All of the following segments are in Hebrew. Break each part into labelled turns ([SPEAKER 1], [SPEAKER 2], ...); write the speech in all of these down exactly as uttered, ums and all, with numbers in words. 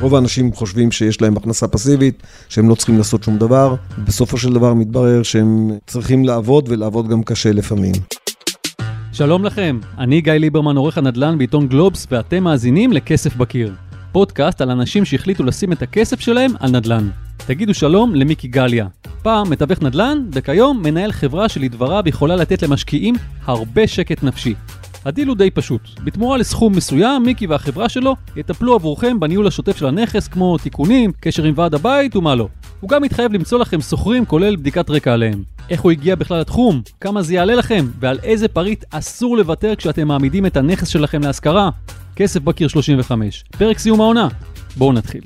[SPEAKER 1] רוב האנשים חושבים שיש להם הכנסה פסיבית, שהם לא צריכים לעשות שום דבר, בסופו של דבר מתברר שהם צריכים לעבוד ולעבוד גם קשה לפעמים.
[SPEAKER 2] שלום לכם, אני גיא ליברמן, עורך הנדל"ן בעיתון גלובס, ואתם מאזינים לכסף בקיר. פודקאסט על אנשים שהחליטו לשים את הכסף שלהם על נדל"ן. תגידו שלום למיקי גליה. פעם מתווך נדל"ן, וכיום מנהל חברה שלדבריו יכולה לתת למשקיעים הרבה שקט נפשי. הדיל הוא די פשוט. בתמורה לסכום מסוים, מיקי והחברה שלו יטפלו עבורכם בניהול השוטף של הנכס, כמו תיקונים, קשר עם ועד הבית ומה לא. הוא גם מתחייב למצוא לכם סוחרים, כולל בדיקת רקע עליהם. איך הוא הגיע בכלל לתחום? כמה זה יעלה לכם? ועל איזה פריט אסור לוותר כשאתם מעמידים את הנכס שלכם להשכרה? כסף בקיר שלושים וחמש. פרק סיום העונה. בואו נתחיל.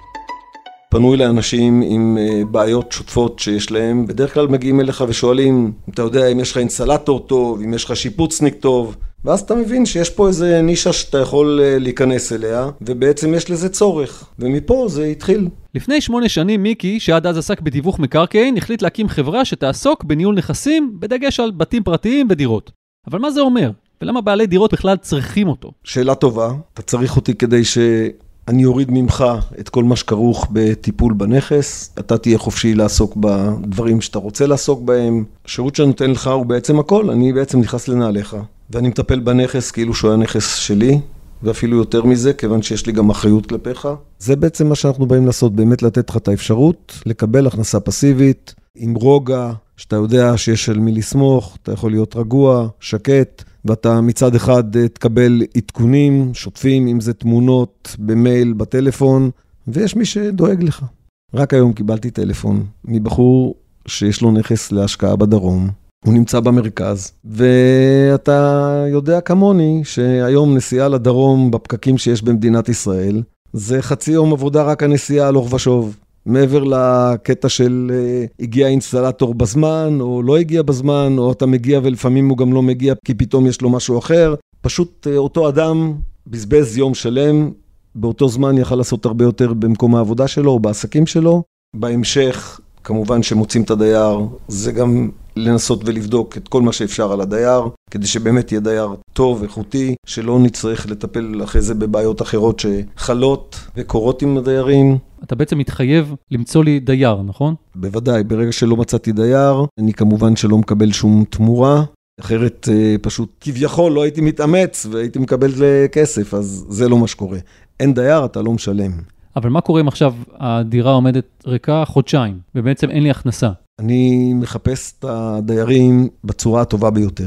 [SPEAKER 1] פנוי לאנשים עם בעיות שוטפות שיש להם, בדרך כלל מגיעים אליך ושואלים, אתה יודע, אם יש לך אינסטלטור טוב, אם יש לך שיפוצניק טוב, ואז אתה מבין שיש פה איזה נישה שאתה יכול להיכנס אליה, ובעצם יש לזה צורך, ומפה זה התחיל.
[SPEAKER 2] לפני שמונה שנים מיקי, שעד אז עסק בתיווך מקרקעין, החליט להקים חברה שתעסוק בניהול נכסים, בדגש על בתים פרטיים ודירות. אבל מה זה אומר? ולמה בעלי דירות בכלל צריכים אותו?
[SPEAKER 1] שאלה טובה, אתה צריך אותי כדי ש... אני אוריד ממך את כל מה שכרוך בטיפול בנכס, אתה תהיה חופשי לעסוק בדברים שאתה רוצה לעסוק בהם. השירות שאני נותן לך הוא בעצם הכל, אני בעצם נכנס לנעליך, ואני מטפל בנכס כאילו שהוא היה נכס שלי, ואפילו יותר מזה, כיוון שיש לי גם אחריות כלפיך. זה בעצם מה שאנחנו באים לעשות, באמת לתת לך את האפשרות, לקבל הכנסה פסיבית, עם רוגע, שאתה יודע שיש על מי לסמוך, אתה יכול להיות רגוע, שקט, ואתה מצד אחד תקבל עדכונים, שוטפים, אם זה תמונות, במייל, בטלפון, ויש מי שדואג לך. רק היום קיבלתי טלפון מבחור שיש לו נכס להשקעה בדרום, הוא נמצא במרכז, ואתה יודע כמוני שהיום נסיעה לדרום בפקקים שיש במדינת ישראל, זה חצי יום עבודה רק הנסיעה הלוך ושוב. מעבר לקטע של הגיע אינסטלטור בזמן, או לא הגיע בזמן, או אתה מגיע ולפעמים הוא גם לא מגיע, כי פתאום יש לו משהו אחר. פשוט אותו אדם בזבז יום שלם, באותו זמן יכל לעשות הרבה יותר במקום העבודה שלו, או בעסקים שלו. בהמשך, כמובן שמוצאים את הדייר, זה גם לנסות ולבדוק את כל מה שאפשר על הדייר, כדי שבאמת יהיה דייר טוב, איכותי, שלא נצטרך לטפל אחרי זה בבעיות אחרות שחלות וקורות עם הדיירים.
[SPEAKER 2] אתה בעצם מתחייב למצוא לי דייר, נכון?
[SPEAKER 1] בוודאי, ברגע שלא מצאתי דייר, אני כמובן שלא מקבל שום תמורה, אחרת פשוט כביכול לא הייתי מתאמץ והייתי מקבל כסף, אז זה לא מה שקורה. אין דייר, אתה לא משלם.
[SPEAKER 2] אבל מה קורה אם עכשיו הדירה עומדת ריקה חודשיים, ובעצם אין לי הכנסה?
[SPEAKER 1] אני מחפש את הדיירים בצורה הטובה ביותר,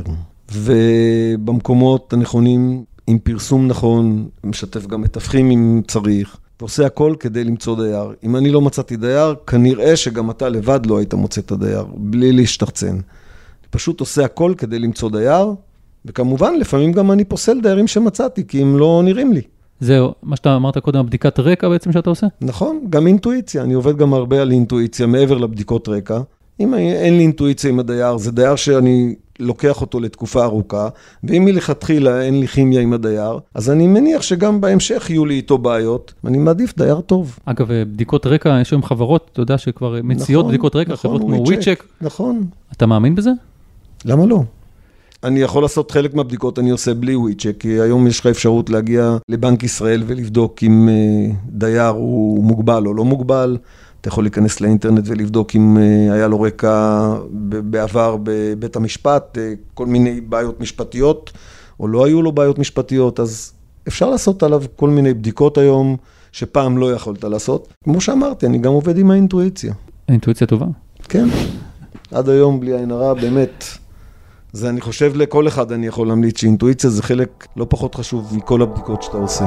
[SPEAKER 1] ובמקומות הנכונים, עם פרסום נכון, משתף גם מתווכים אם צריך, ועושה הכל כדי למצוא דייר. אם אני לא מצאתי דייר, כנראה שגם אתה לבד לא היית מוצא את הדייר, בלי להשתחצן. אני פשוט עושה הכל כדי למצוא דייר, וכמובן לפעמים גם אני פוסל דיירים שמצאתי, כי הם לא נראים לי.
[SPEAKER 2] זהו, מה שאתה אמרת קודם, הבדיקת רקע בעצם שאתה עושה?
[SPEAKER 1] נכון, גם אינטואיציה, אני עובד גם הרבה על אינטואיציה מעבר לבדיקות רקע. אם אין לי אינטואיציה עם הדייר, זה דייר שאני לוקח אותו לתקופה ארוכה, ואם מלכתחילה אין לי כימיה עם הדייר, אז אני מניח שגם בהמשך יהיו לי איתו בעיות, ואני מעדיף דייר טוב.
[SPEAKER 2] אגב, בדיקות רקע, יש היום חברות, אתה יודע שכבר מציעות נכון, בדיקות רקע,
[SPEAKER 1] נכון,
[SPEAKER 2] חברות כמו וויצ'ק.
[SPEAKER 1] נכון.
[SPEAKER 2] אתה מאמין בזה?
[SPEAKER 1] למה לא? אני יכול לעשות חלק מהבדיקות, אני עושה בלי וויצ'ק, כי היום יש לך אפשרות להגיע לבנק ישראל ולבדוק אם דייר הוא מוגבל או לא מוגבל. אתה יכול להיכנס לאינטרנט ולבדוק אם היה לו רקע בעבר בבית המשפט, כל מיני בעיות משפטיות, או לא היו לו בעיות משפטיות, אז אפשר לעשות עליו כל מיני בדיקות היום, שפעם לא יכולת לעשות. כמו שאמרתי, אני גם עובד עם האינטואיציה.
[SPEAKER 2] האינטואיציה טובה?
[SPEAKER 1] כן. עד היום, בלי עין הרע, באמת, זה אני חושב לכל אחד אני יכול להמליץ שאינטואיציה זה חלק לא פחות חשוב מכל הבדיקות שאתה עושה.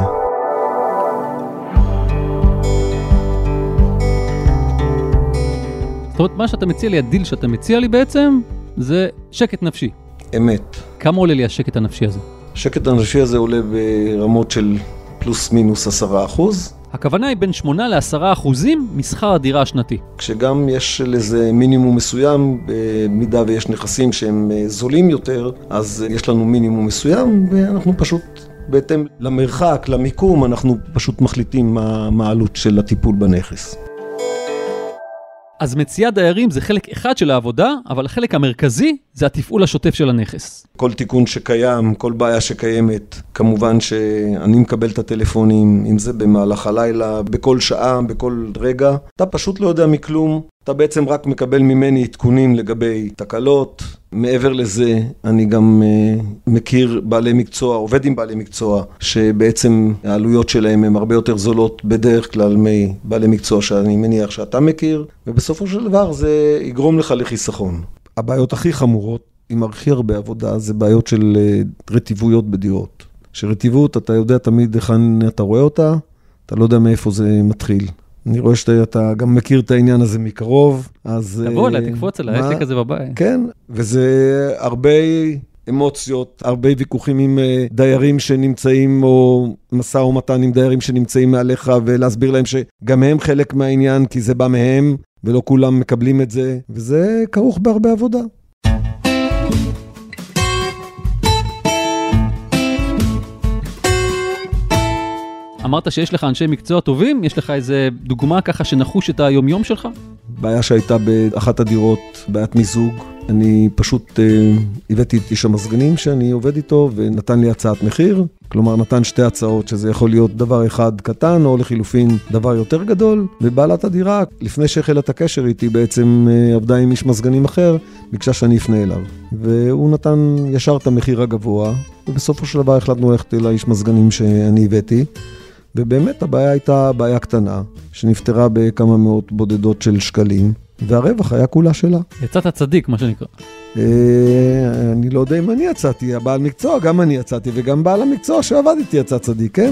[SPEAKER 2] זאת אומרת, מה שאתה מציע לי, הדיל שאתה מציע לי בעצם, זה שקט נפשי.
[SPEAKER 1] אמת.
[SPEAKER 2] כמה עולה לי השקט הנפשי הזה?
[SPEAKER 1] השקט הנפשי הזה עולה ברמות של פלוס מינוס עשרה אחוז.
[SPEAKER 2] הכוונה היא בין שמונה לעשרה אחוזים משכר הדירה השנתי.
[SPEAKER 1] כשגם יש לזה מינימום מסוים, במידה ויש נכסים שהם זולים יותר, אז יש לנו מינימום מסוים, ואנחנו פשוט, בהתאם למרחק, למיקום, אנחנו פשוט מחליטים מה, מה העלות של הטיפול בנכס.
[SPEAKER 2] אז מציאת דיירים זה חלק אחד של העבודה, אבל החלק המרכזי זה התפעול השוטף של הנכס.
[SPEAKER 1] כל תיקון שקיים, כל בעיה שקיימת, כמובן שאני מקבל את הטלפונים, אם זה במהלך הלילה, בכל שעה, בכל רגע. אתה פשוט לא יודע מכלום, אתה בעצם רק מקבל ממני עדכונים לגבי תקלות. מעבר לזה, אני גם uh, מכיר בעלי מקצוע, עובד עם בעלי מקצוע, שבעצם העלויות שלהם הן הרבה יותר זולות בדרך כלל מבעלי מקצוע שאני מניח שאתה מכיר, ובסופו של דבר זה יגרום לך לחיסכון. הבעיות הכי חמורות, עם הכי הרבה עבודה, זה בעיות של uh, רטיבויות בדירות. שרטיבות, אתה יודע תמיד היכן אתה רואה אותה, אתה לא יודע מאיפה זה מתחיל. אני רואה שאתה גם מכיר את העניין הזה מקרוב, אז...
[SPEAKER 2] תבוא אליי, תקפוץ אליי, יש לי כזה בבית.
[SPEAKER 1] כן, וזה הרבה אמוציות, הרבה ויכוחים עם דיירים שנמצאים, או מסע ומתן עם דיירים שנמצאים מעליך, ולהסביר להם שגם הם חלק מהעניין, כי זה בא מהם, ולא כולם מקבלים את זה, וזה כרוך בהרבה עבודה.
[SPEAKER 2] אמרת שיש לך אנשי מקצוע טובים, יש לך איזה דוגמה ככה שנחוש את היומיום שלך?
[SPEAKER 1] בעיה שהייתה באחת הדירות, בעיית מיזוג, אני פשוט אה, הבאתי את איש המזגנים שאני עובד איתו, ונתן לי הצעת מחיר, כלומר נתן שתי הצעות, שזה יכול להיות דבר אחד קטן, או לחילופין דבר יותר גדול, ובעלת הדירה, לפני שהחלה את הקשר איתי, בעצם אה, עבדה עם איש מזגנים אחר, ביקשה שאני אפנה אליו. והוא נתן ישר את המחיר הגבוה, ובסופו של דבר החלטנו ללכת אל האיש מזגנים שאני הבאתי, ובאמת הבעיה הייתה בעיה קטנה, שנפטרה בכמה מאות בודדות של שקלים, והרווח היה כולה שלה.
[SPEAKER 2] יצאת צדיק, מה שנקרא.
[SPEAKER 1] אני לא יודע אם אני יצאתי, הבעל מקצוע, גם אני יצאתי, וגם בעל המקצוע שעבד איתי יצא צדיק, כן?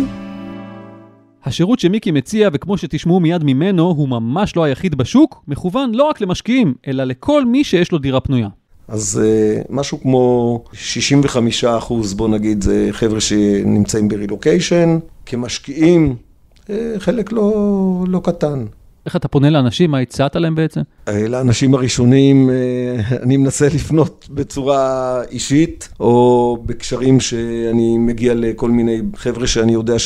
[SPEAKER 2] השירות שמיקי מציע, וכמו שתשמעו מיד ממנו, הוא ממש לא היחיד בשוק, מכוון לא רק למשקיעים, אלא לכל מי שיש לו דירה פנויה.
[SPEAKER 1] אז משהו כמו שישים וחמישה אחוז, בוא נגיד, זה חבר'ה שנמצאים ברילוקיישן, כמשקיעים, חלק לא, לא קטן.
[SPEAKER 2] איך אתה פונה לאנשים? מה הצעת להם בעצם?
[SPEAKER 1] לאנשים הראשונים, אני מנסה לפנות בצורה אישית, או בקשרים שאני מגיע לכל מיני חבר'ה שאני יודע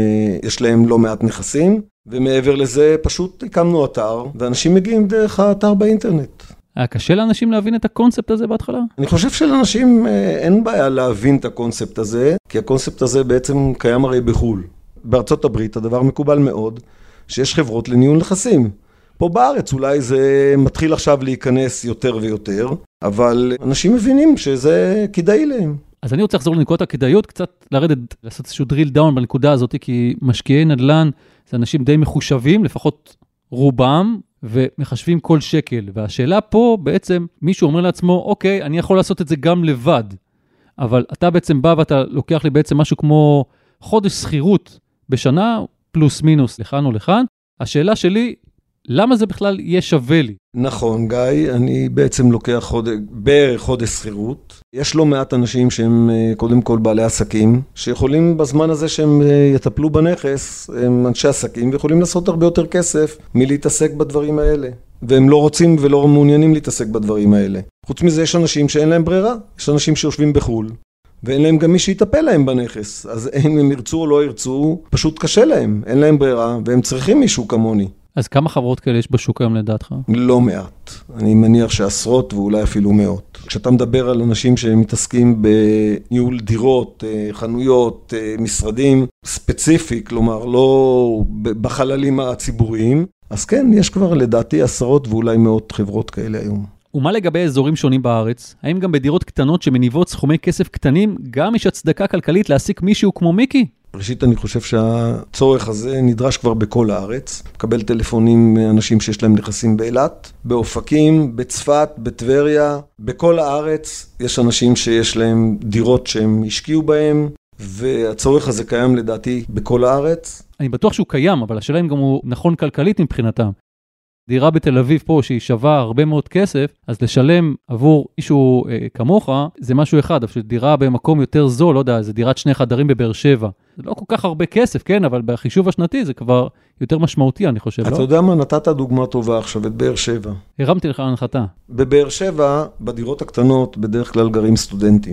[SPEAKER 1] שיש להם לא מעט נכסים, ומעבר לזה פשוט הקמנו אתר, ואנשים מגיעים דרך האתר באינטרנט.
[SPEAKER 2] היה קשה לאנשים להבין את הקונספט הזה בהתחלה?
[SPEAKER 1] אני חושב שלאנשים אין בעיה להבין את הקונספט הזה, כי הקונספט הזה בעצם קיים הרי בחול. בארצות הברית הדבר מקובל מאוד, שיש חברות לניהול נכסים. פה בארץ אולי זה מתחיל עכשיו להיכנס יותר ויותר, אבל אנשים מבינים שזה כדאי להם.
[SPEAKER 2] אז אני רוצה לחזור לנקודת הכדאיות, קצת לרדת, לעשות איזשהו drill down בנקודה הזאת, כי משקיעי נדל"ן זה אנשים די מחושבים, לפחות רובם, ומחשבים כל שקל. והשאלה פה בעצם, מישהו אומר לעצמו, אוקיי, אני יכול לעשות את זה גם לבד, אבל אתה בעצם בא ואתה לוקח לי בעצם משהו כמו חודש שכירות בשנה, פלוס מינוס לכאן או לכאן. השאלה שלי, למה זה בכלל יהיה שווה לי?
[SPEAKER 1] נכון, גיא, אני בעצם לוקח חודש, בערך חודש שכירות. יש לא מעט אנשים שהם קודם כל בעלי עסקים, שיכולים בזמן הזה שהם יטפלו בנכס, הם אנשי עסקים, ויכולים לעשות הרבה יותר כסף מלהתעסק בדברים האלה. והם לא רוצים ולא מעוניינים להתעסק בדברים האלה. חוץ מזה יש אנשים שאין להם ברירה, יש אנשים שיושבים בחול, ואין להם גם מי שיטפל להם בנכס. אז אם הם ירצו או לא ירצו, פשוט קשה להם, אין להם ברירה, והם צריכים מישהו כמוני.
[SPEAKER 2] אז כמה חברות כאלה יש בשוק היום לדעתך?
[SPEAKER 1] לא מעט. אני מניח שעשרות ואולי אפילו מאות. כשאתה מדבר על אנשים שמתעסקים בניהול דירות, חנויות, משרדים ספציפי, כלומר לא בחללים הציבוריים, אז כן, יש כבר לדעתי עשרות ואולי מאות חברות כאלה היום.
[SPEAKER 2] ומה לגבי אזורים שונים בארץ? האם גם בדירות קטנות שמניבות סכומי כסף קטנים, גם יש הצדקה כלכלית להעסיק מישהו כמו מיקי?
[SPEAKER 1] ראשית, אני חושב שהצורך הזה נדרש כבר בכל הארץ. מקבל טלפונים מאנשים שיש להם נכסים באילת, באופקים, בצפת, בטבריה. בכל הארץ יש אנשים שיש להם דירות שהם השקיעו בהם, והצורך הזה קיים לדעתי בכל הארץ.
[SPEAKER 2] אני בטוח שהוא קיים, אבל השאלה אם גם הוא נכון כלכלית מבחינתם. דירה בתל אביב פה שהיא שווה הרבה מאוד כסף, אז לשלם עבור אישהו אה, כמוך, זה משהו אחד, אבל דירה במקום יותר זול, לא יודע, זה דירת שני חדרים בבאר שבע. זה לא כל כך הרבה כסף, כן, אבל בחישוב השנתי זה כבר יותר משמעותי, אני חושב,
[SPEAKER 1] אתה
[SPEAKER 2] לא?
[SPEAKER 1] אתה יודע מה, נתת דוגמה טובה עכשיו, את באר שבע.
[SPEAKER 2] הרמתי לך להנחתה.
[SPEAKER 1] בבאר שבע, בדירות הקטנות, בדרך כלל גרים סטודנטים.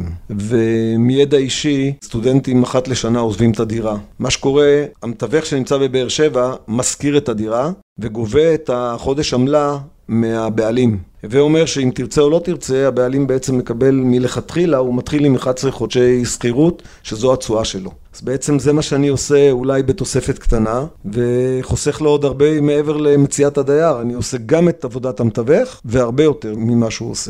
[SPEAKER 1] ומידע אישי, סטודנטים אחת לשנה עוזבים את הדירה. מה שקורה, המתווך שנמצא בבאר שבע, מזכיר את הדירה, וגובה את החודש עמלה מהבעלים. הווה אומר שאם תרצה או לא תרצה, הבעלים בעצם מקבל מלכתחילה, הוא מתחיל עם אחד עשר חודשי שכירות, שזו התשואה שלו. אז בעצם זה מה שאני עושה אולי בתוספת קטנה, וחוסך לו עוד הרבה מעבר למציאת הדייר. אני עושה גם את עבודת המתווך, והרבה יותר ממה שהוא עושה.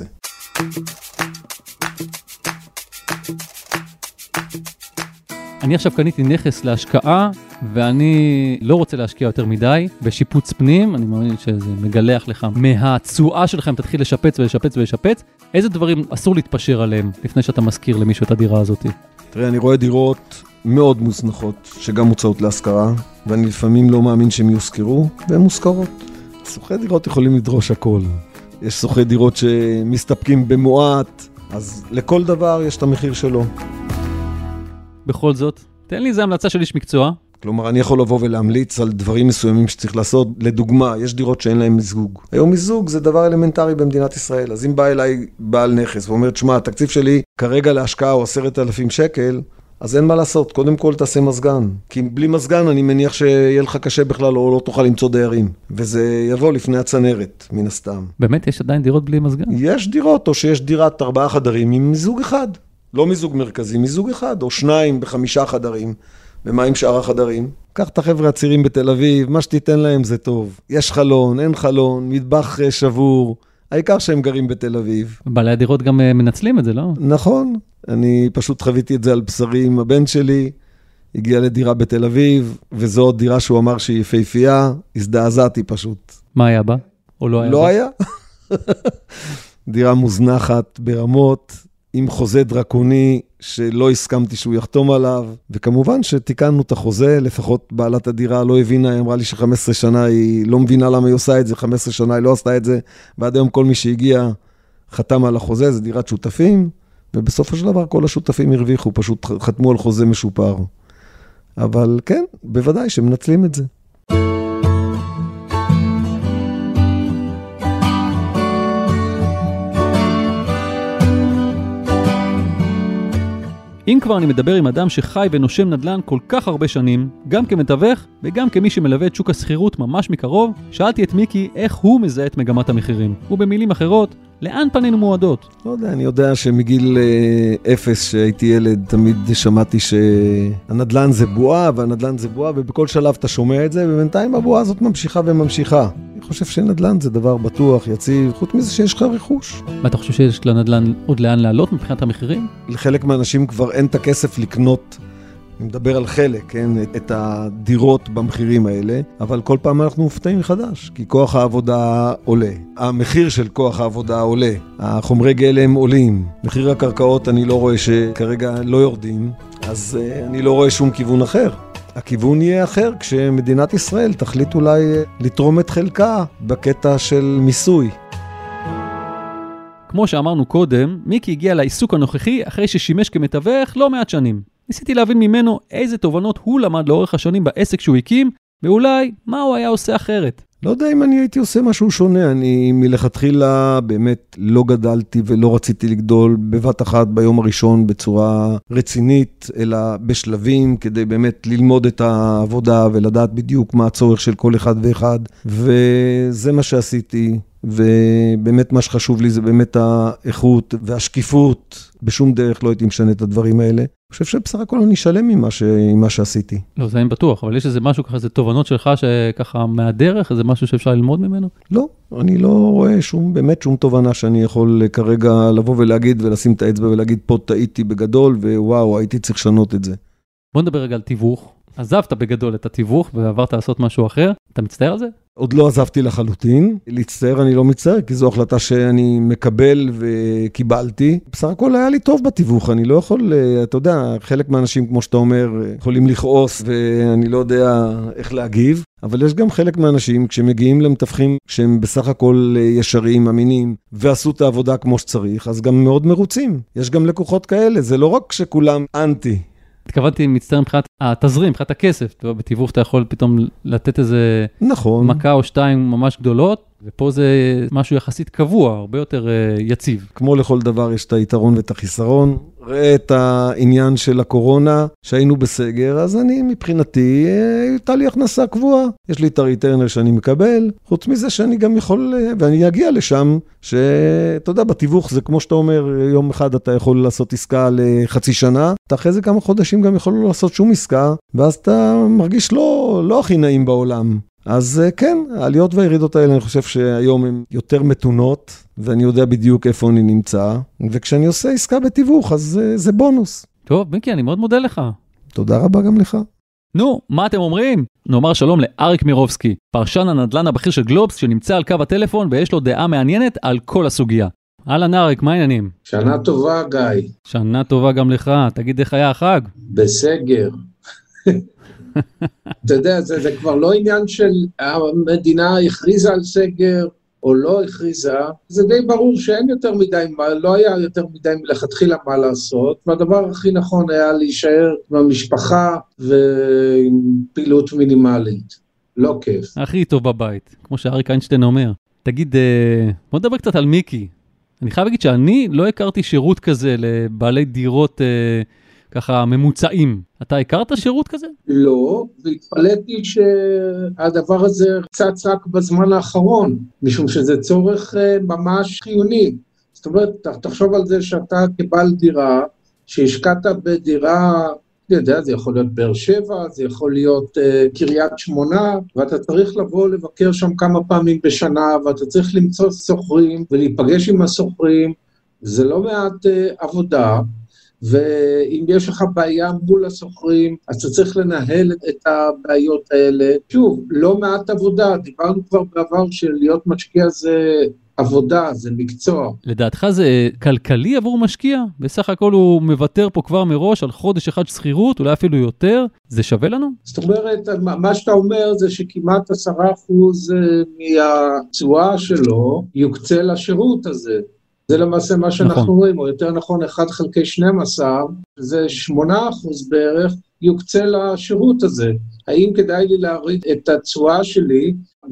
[SPEAKER 2] אני עכשיו קניתי נכס להשקעה, ואני לא רוצה להשקיע יותר מדי בשיפוץ פנים, אני מאמין שזה מגלח לך מהתשואה שלכם, תתחיל לשפץ ולשפץ ולשפץ. איזה דברים אסור להתפשר עליהם לפני שאתה מזכיר למישהו את הדירה הזאת?
[SPEAKER 1] תראה, אני רואה דירות מאוד מוזנחות, שגם מוצאות להשכרה, ואני לפעמים לא מאמין שהם יוזכרו, והן מוזכרות. סוכי דירות יכולים לדרוש הכל. יש סוכי דירות שמסתפקים במועט, אז לכל דבר יש את המחיר שלו.
[SPEAKER 2] בכל זאת, תן לי איזה המלצה של איש מקצוע.
[SPEAKER 1] כלומר, אני יכול לבוא ולהמליץ על דברים מסוימים שצריך לעשות. לדוגמה, יש דירות שאין להם מיזוג. היום מיזוג זה דבר אלמנטרי במדינת ישראל. אז אם בא אליי בעל נכס ואומר, תשמע, התקציב שלי כרגע להשקעה הוא עשרת אלפים שקל, אז אין מה לעשות. קודם כל תעשה מזגן. כי בלי מזגן אני מניח שיהיה לך קשה בכלל או לא תוכל למצוא דיירים. וזה יבוא לפני הצנרת, מן הסתם.
[SPEAKER 2] באמת יש עדיין דירות בלי מזגן?
[SPEAKER 1] יש דירות, או שיש דירת ארבעה חדרים עם מיזוג אחד. לא מיזוג מרכזי, מיזוג אחד, או שניים בחמישה חדרים. ומה עם שאר החדרים? קח את החבר'ה הצעירים בתל אביב, מה שתיתן להם זה טוב. יש חלון, אין חלון, מטבח שבור, העיקר שהם גרים בתל אביב.
[SPEAKER 2] בעלי הדירות גם מנצלים את זה, לא?
[SPEAKER 1] נכון, אני פשוט חוויתי את זה על בשרי עם הבן שלי, הגיע לדירה בתל אביב, וזו עוד דירה שהוא אמר שהיא יפהפייה, הזדעזעתי פשוט.
[SPEAKER 2] מה היה בה? או לא היה
[SPEAKER 1] לא
[SPEAKER 2] בה?
[SPEAKER 1] היה. דירה מוזנחת ברמות, עם חוזה דרקוני שלא הסכמתי שהוא יחתום עליו, וכמובן שתיקנו את החוזה, לפחות בעלת הדירה לא הבינה, היא אמרה לי ש-חמש עשרה שנה היא לא מבינה למה היא עושה את זה, חמש עשרה שנה היא לא עשתה את זה, ועד היום כל מי שהגיע חתם על החוזה, זה דירת שותפים, ובסופו של דבר כל השותפים הרוויחו, פשוט חתמו על חוזה משופר. אבל כן, בוודאי שמנצלים את זה.
[SPEAKER 2] אם כבר אני מדבר עם אדם שחי ונושם נדל"ן כל כך הרבה שנים, גם כמתווך וגם כמי שמלווה את שוק השכירות ממש מקרוב, שאלתי את מיקי איך הוא מזהה את מגמת המחירים. ובמילים אחרות, לאן פנינו מועדות?
[SPEAKER 1] לא יודע, אני יודע שמגיל אה, אפס שהייתי ילד, תמיד שמעתי שהנדל"ן זה בועה, והנדל"ן זה בועה, ובכל שלב אתה שומע את זה, ובינתיים הבועה הזאת ממשיכה וממשיכה. אני חושב שנדל"ן זה דבר בטוח, יציב, חוץ מזה שיש לך רכוש.
[SPEAKER 2] מה אתה חושב שיש לנדל"ן עוד לאן לעלות מבחינת המחירים?
[SPEAKER 1] לחלק מהאנשים כבר אין את הכסף לקנות, אני מדבר על חלק, כן, את הדירות במחירים האלה, אבל כל פעם אנחנו מופתעים מחדש, כי כוח העבודה עולה. המחיר של כוח העבודה עולה, החומרי גלם עולים, מחיר הקרקעות אני לא רואה שכרגע לא יורדים, אז אני לא רואה שום כיוון אחר. הכיוון יהיה אחר כשמדינת ישראל תחליט אולי לתרום את חלקה בקטע של מיסוי.
[SPEAKER 2] כמו שאמרנו קודם, מיקי הגיע לעיסוק הנוכחי אחרי ששימש כמתווך לא מעט שנים. ניסיתי להבין ממנו איזה תובנות הוא למד לאורך השנים בעסק שהוא הקים, ואולי מה הוא היה עושה אחרת.
[SPEAKER 1] לא יודע אם אני הייתי עושה משהו שונה, אני מלכתחילה באמת לא גדלתי ולא רציתי לגדול בבת אחת ביום הראשון בצורה רצינית, אלא בשלבים כדי באמת ללמוד את העבודה ולדעת בדיוק מה הצורך של כל אחד ואחד, וזה מה שעשיתי. ובאמת מה שחשוב לי זה באמת האיכות והשקיפות, בשום דרך לא הייתי משנה את הדברים האלה. אני חושב שבסך הכל אני שלם ממה, ש... ממה שעשיתי.
[SPEAKER 2] לא, זה אין בטוח, אבל יש איזה משהו ככה, איזה תובנות שלך שככה מהדרך, איזה משהו שאפשר ללמוד ממנו?
[SPEAKER 1] לא, אני לא רואה שום, באמת שום תובנה שאני יכול כרגע לבוא ולהגיד ולשים את האצבע ולהגיד פה טעיתי בגדול, ווואו, הייתי צריך לשנות את זה.
[SPEAKER 2] בוא נדבר רגע על תיווך. עזבת בגדול את התיווך ועברת לעשות משהו אחר. אתה מצטער על זה?
[SPEAKER 1] עוד לא עזבתי לחלוטין. להצטער אני לא מצטער, כי זו החלטה שאני מקבל וקיבלתי. בסך הכל היה לי טוב בתיווך. אני לא יכול, אתה יודע, חלק מהאנשים, כמו שאתה אומר, יכולים לכעוס ואני לא יודע איך להגיב. אבל יש גם חלק מהאנשים, כשמגיעים למתווכים שהם בסך הכל ישרים, אמינים, ועשו את העבודה כמו שצריך, אז גם מאוד מרוצים. יש גם לקוחות כאלה. זה לא רק שכולם אנטי.
[SPEAKER 2] התכוונתי מצטער מבחינת התזרים, מבחינת הכסף. בתיווך אתה יכול פתאום לתת איזה
[SPEAKER 1] נכון.
[SPEAKER 2] מכה או שתיים ממש גדולות, ופה זה משהו יחסית קבוע, הרבה יותר יציב.
[SPEAKER 1] כמו לכל דבר יש את היתרון ואת החיסרון, ראה את העניין של הקורונה, שהיינו בסגר, אז אני מבחינתי, הייתה לי הכנסה קבועה. יש לי את הריטרנר שאני מקבל, חוץ מזה שאני גם יכול, ואני אגיע לשם, שאתה יודע, בתיווך זה כמו שאתה אומר, יום אחד אתה יכול לעשות עסקה לחצי שנה, אתה אחרי זה כמה חודשים גם יכול לא לעשות שום עסקה, ואז אתה מרגיש לא, לא הכי נעים בעולם. אז כן, העליות והירידות האלה, אני חושב שהיום הן יותר מתונות, ואני יודע בדיוק איפה אני נמצא, וכשאני עושה עסקה בתיווך, אז זה, זה בונוס.
[SPEAKER 2] טוב, מיקי, אני מאוד מודה לך.
[SPEAKER 1] תודה רבה גם לך.
[SPEAKER 2] נו, מה אתם אומרים? נאמר שלום לאריק מירובסקי, פרשן הנדל"ן הבכיר של גלובס, שנמצא על קו הטלפון ויש לו דעה מעניינת על כל הסוגיה. אהלן אריק, מה העניינים?
[SPEAKER 3] שנה טובה, גיא.
[SPEAKER 2] שנה טובה גם לך, תגיד איך היה החג?
[SPEAKER 3] בסגר. אתה יודע, זה, זה כבר לא עניין של המדינה הכריזה על סגר או לא הכריזה, זה די ברור שאין יותר מדי, לא היה יותר מדי מלכתחילה מה לעשות, והדבר הכי נכון היה להישאר במשפחה ופעילות מינימלית, לא כיף.
[SPEAKER 2] הכי טוב בבית, כמו שאריק איינשטיין אומר. תגיד, בוא נדבר קצת על מיקי. אני חייב להגיד שאני לא הכרתי שירות כזה לבעלי דירות ככה ממוצעים. אתה הכרת שירות כזה?
[SPEAKER 3] לא, והתפלאתי שהדבר הזה קצת רק בזמן האחרון, משום שזה צורך ממש חיוני. זאת אומרת, תחשוב על זה שאתה כבעל דירה, שהשקעת בדירה, אני יודע, זה יכול להיות באר שבע, זה יכול להיות uh, קריית שמונה, ואתה צריך לבוא לבקר שם כמה פעמים בשנה, ואתה צריך למצוא סוחרים ולהיפגש עם הסוחרים, זה לא מעט uh, עבודה, ואם יש לך בעיה מול הסוחרים, אז אתה צריך לנהל את הבעיות האלה. שוב, לא מעט עבודה, דיברנו כבר בעבר של להיות משקיע זה עבודה, זה מקצוע.
[SPEAKER 2] לדעתך זה כלכלי עבור משקיע? בסך הכל הוא מוותר פה כבר מראש על חודש אחד שכירות, אולי אפילו יותר, זה שווה לנו?
[SPEAKER 3] זאת אומרת, מה שאתה אומר זה שכמעט עשרה אחוז מהתשואה שלו יוקצה לשירות הזה. זה למעשה מה שאנחנו נכון. רואים, או יותר נכון, אחד חלקי שנים עשר, זה שמונה אחוז בערך, יוקצה לשירות הזה. האם כדאי לי להריד את התשואה שלי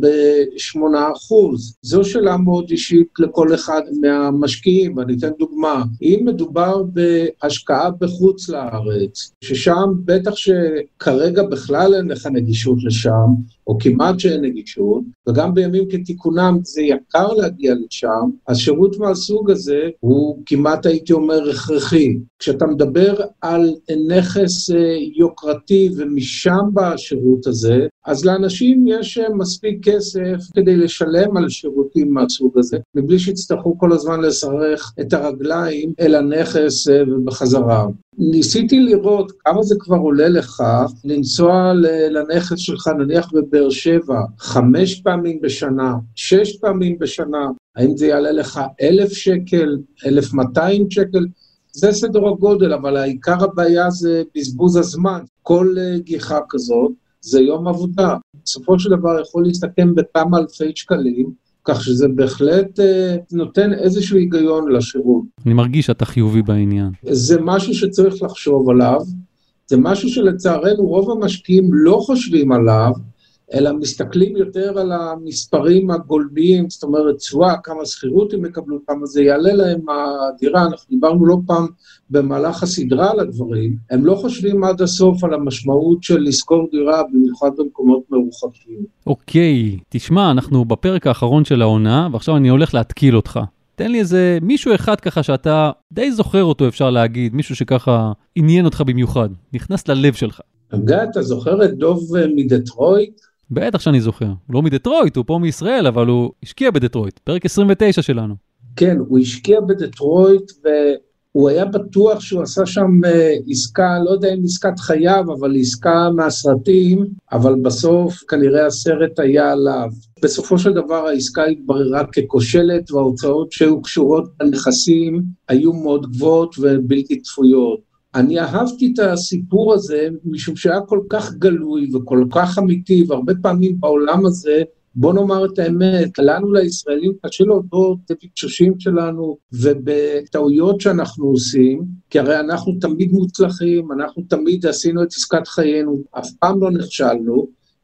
[SPEAKER 3] ב-שמונה אחוז? זו שאלה מאוד אישית לכל אחד מהמשקיעים, ואני אתן דוגמה. אם מדובר בהשקעה בחוץ לארץ, ששם בטח שכרגע בכלל אין לך נגישות לשם, או כמעט שאין נגישות, וגם בימים כתיקונם זה יקר להגיע לשם, אז שירות מהסוג הזה הוא כמעט הייתי אומר הכרחי. כשאתה מדבר על נכס יוקרתי ומשם בשירות הזה, אז לאנשים יש מספיק כסף כדי לשלם על שירותים מהסוג הזה, מבלי שיצטרכו כל הזמן לסרך את הרגליים אל הנכס ובחזרה. ניסיתי לראות כמה זה כבר עולה לך לנסוע לנכס שלך, נניח בבאר שבע, חמש פעמים בשנה, שש פעמים בשנה, האם זה יעלה לך אלף שקל, אלף מאתיים שקל, זה סדר הגודל, אבל העיקר הבעיה זה בזבוז הזמן. כל גיחה כזאת זה יום עבודה. בסופו של דבר יכול להסתכם בכמה אלפי שקלים, כך שזה בהחלט אה, נותן איזשהו היגיון לשירות.
[SPEAKER 2] אני מרגיש שאתה חיובי בעניין.
[SPEAKER 3] זה משהו שצריך לחשוב עליו, זה משהו שלצערנו רוב המשקיעים לא חושבים עליו, אלא מסתכלים יותר על המספרים הגולמיים, זאת אומרת, צבוע, כמה שכירות הם יקבלו, כמה זה יעלה להם הדירה, אנחנו דיברנו לא פעם במהלך הסדרה על הדברים, הם לא חושבים עד הסוף על המשמעות של לזכור דירה, במיוחד במקומות מרוחקים.
[SPEAKER 2] אוקיי, תשמע, אנחנו בפרק האחרון של העונה, ועכשיו אני הולך להתקיל אותך. תן לי איזה מישהו אחד ככה שאתה די זוכר אותו, אפשר להגיד, מישהו שככה עניין אותך במיוחד, נכנס ללב שלך.
[SPEAKER 3] אגב, אתה זוכר את דוב מדטרויט?
[SPEAKER 2] בטח שאני זוכר. הוא לא מדטרויט, הוא פה מישראל, אבל הוא השקיע בדטרויט, פרק עשרים ותשע שלנו.
[SPEAKER 3] כן, הוא השקיע בדטרויט, והוא היה בטוח שהוא עשה שם עסקה, לא יודע אם עסקת חייו, אבל עסקה מהסרטים, אבל בסוף כנראה הסרט היה עליו. בסופו של דבר העסקה התבררה ככושלת, וההוצאות שהיו קשורות בנכסים היו מאוד גבוהות ובלתי צפויות. אני אהבתי את הסיפור הזה, משום שהיה כל כך גלוי וכל כך אמיתי, והרבה פעמים בעולם הזה, בוא נאמר את האמת, לנו לישראלים קשה להודות בקששים שלנו, ובטעויות שאנחנו עושים, כי הרי אנחנו תמיד מוצלחים, אנחנו תמיד עשינו את עסקת חיינו, אף פעם לא נכשלנו,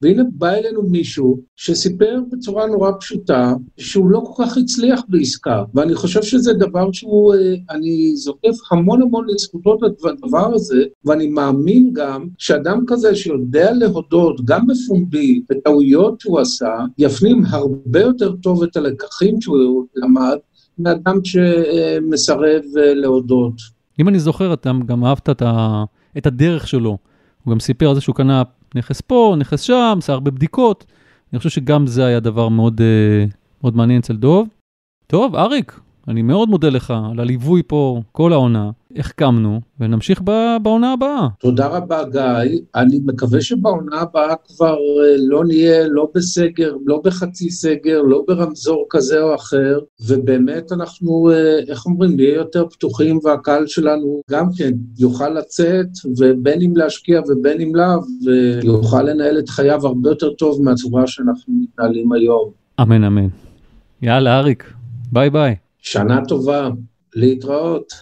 [SPEAKER 3] והנה בא אלינו מישהו שסיפר בצורה נורא פשוטה, שהוא לא כל כך הצליח בעסקה, ואני חושב שזה דבר שהוא, אני זוקף המון המון לזכותות הדבר הזה, ואני מאמין גם שאדם כזה שיודע להודות גם בפומבי בטעויות שהוא עשה, יפנים הרבה יותר טוב את הלקחים שהוא למד, מאדם שמסרב להודות.
[SPEAKER 2] אם אני זוכר, אתה גם אהבת את, ה... את הדרך שלו. הוא גם סיפר על זה שהוא קנה נכס פה, נכס שם, עשה הרבה בדיקות. אני חושב שגם זה היה דבר מאוד, מאוד מעניין אצל דוב. טוב, אריק, אני מאוד מודה לך על הליווי פה כל העונה. החכמנו, ונמשיך בעונה הבאה.
[SPEAKER 3] תודה רבה, גיא. אני מקווה שבעונה הבאה כבר לא נהיה, לא בסגר, לא בחצי סגר, לא ברמזור כזה או אחר, ובאמת אנחנו, איך אומרים, נהיה יותר פתוחים, והקהל שלנו גם כן יוכל לצאת, ובין אם להשקיע ובין אם לאו, ויוכל לנהל את חייו הרבה יותר טוב מהצורה שאנחנו מתנהלים היום.
[SPEAKER 2] אמן, אמן. יאללה, אריק. ביי ביי.
[SPEAKER 3] שנה טובה. להתראות.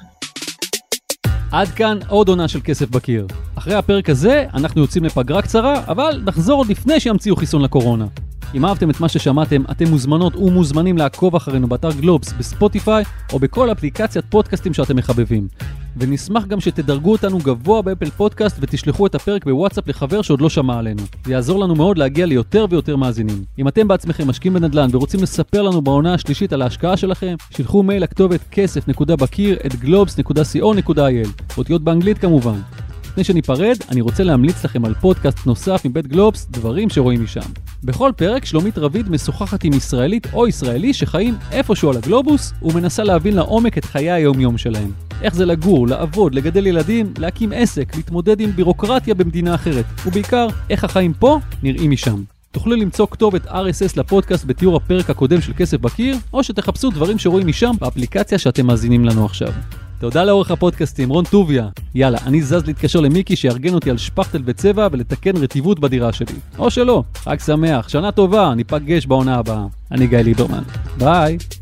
[SPEAKER 2] עד כאן עוד עונה של כסף בקיר. אחרי הפרק הזה אנחנו יוצאים לפגרה קצרה, אבל נחזור עוד לפני שימציאו חיסון לקורונה. אם אהבתם את מה ששמעתם, אתם מוזמנות ומוזמנים לעקוב אחרינו באתר גלובס, בספוטיפיי או בכל אפליקציית פודקאסטים שאתם מחבבים. ונשמח גם שתדרגו אותנו גבוה באפל פודקאסט ותשלחו את הפרק בוואטסאפ לחבר שעוד לא שמע עלינו. זה יעזור לנו מאוד להגיע ליותר ויותר מאזינים. אם אתם בעצמכם משקיעים בנדל"ן ורוצים לספר לנו בעונה השלישית על ההשקעה שלכם, שלחו מייל לכתובת כסף נקודה בקיר את גלובס נקודה סי או נקודה איי אל. אותיות באנגלית כמובן. לפני שניפרד, אני רוצה להמליץ לכם על פודקאסט נוסף מבית גלובס, דברים שרואים משם. בכל פרק שלומית רביד משוחחת עם ישראלית או ישראלי שחיים איפשהו על הגלובוס ומנסה להבין לעומק את חיי היום-יום שלהם. איך זה לגור, לעבוד, לגדל ילדים, להקים עסק, להתמודד עם בירוקרטיה במדינה אחרת, ובעיקר איך החיים פה נראים משם. תוכלו למצוא כתובת אר אס אס לפודקאסט בתיאור הפרק הקודם של כסף בקיר, או שתחפשו דברים שרואים משם באפליקציה שאתם מאזינים לנו עכשיו. תודה לאורך הפודקאסטים, רון טוביה. יאללה, אני זז להתקשר למיקי שיארגן אותי על שפכטל בצבע ולתקן רטיבות בדירה שלי. או שלא, חג שמח, שנה טובה, ניפגש בעונה הבאה. אני גיא ליברמן. ביי.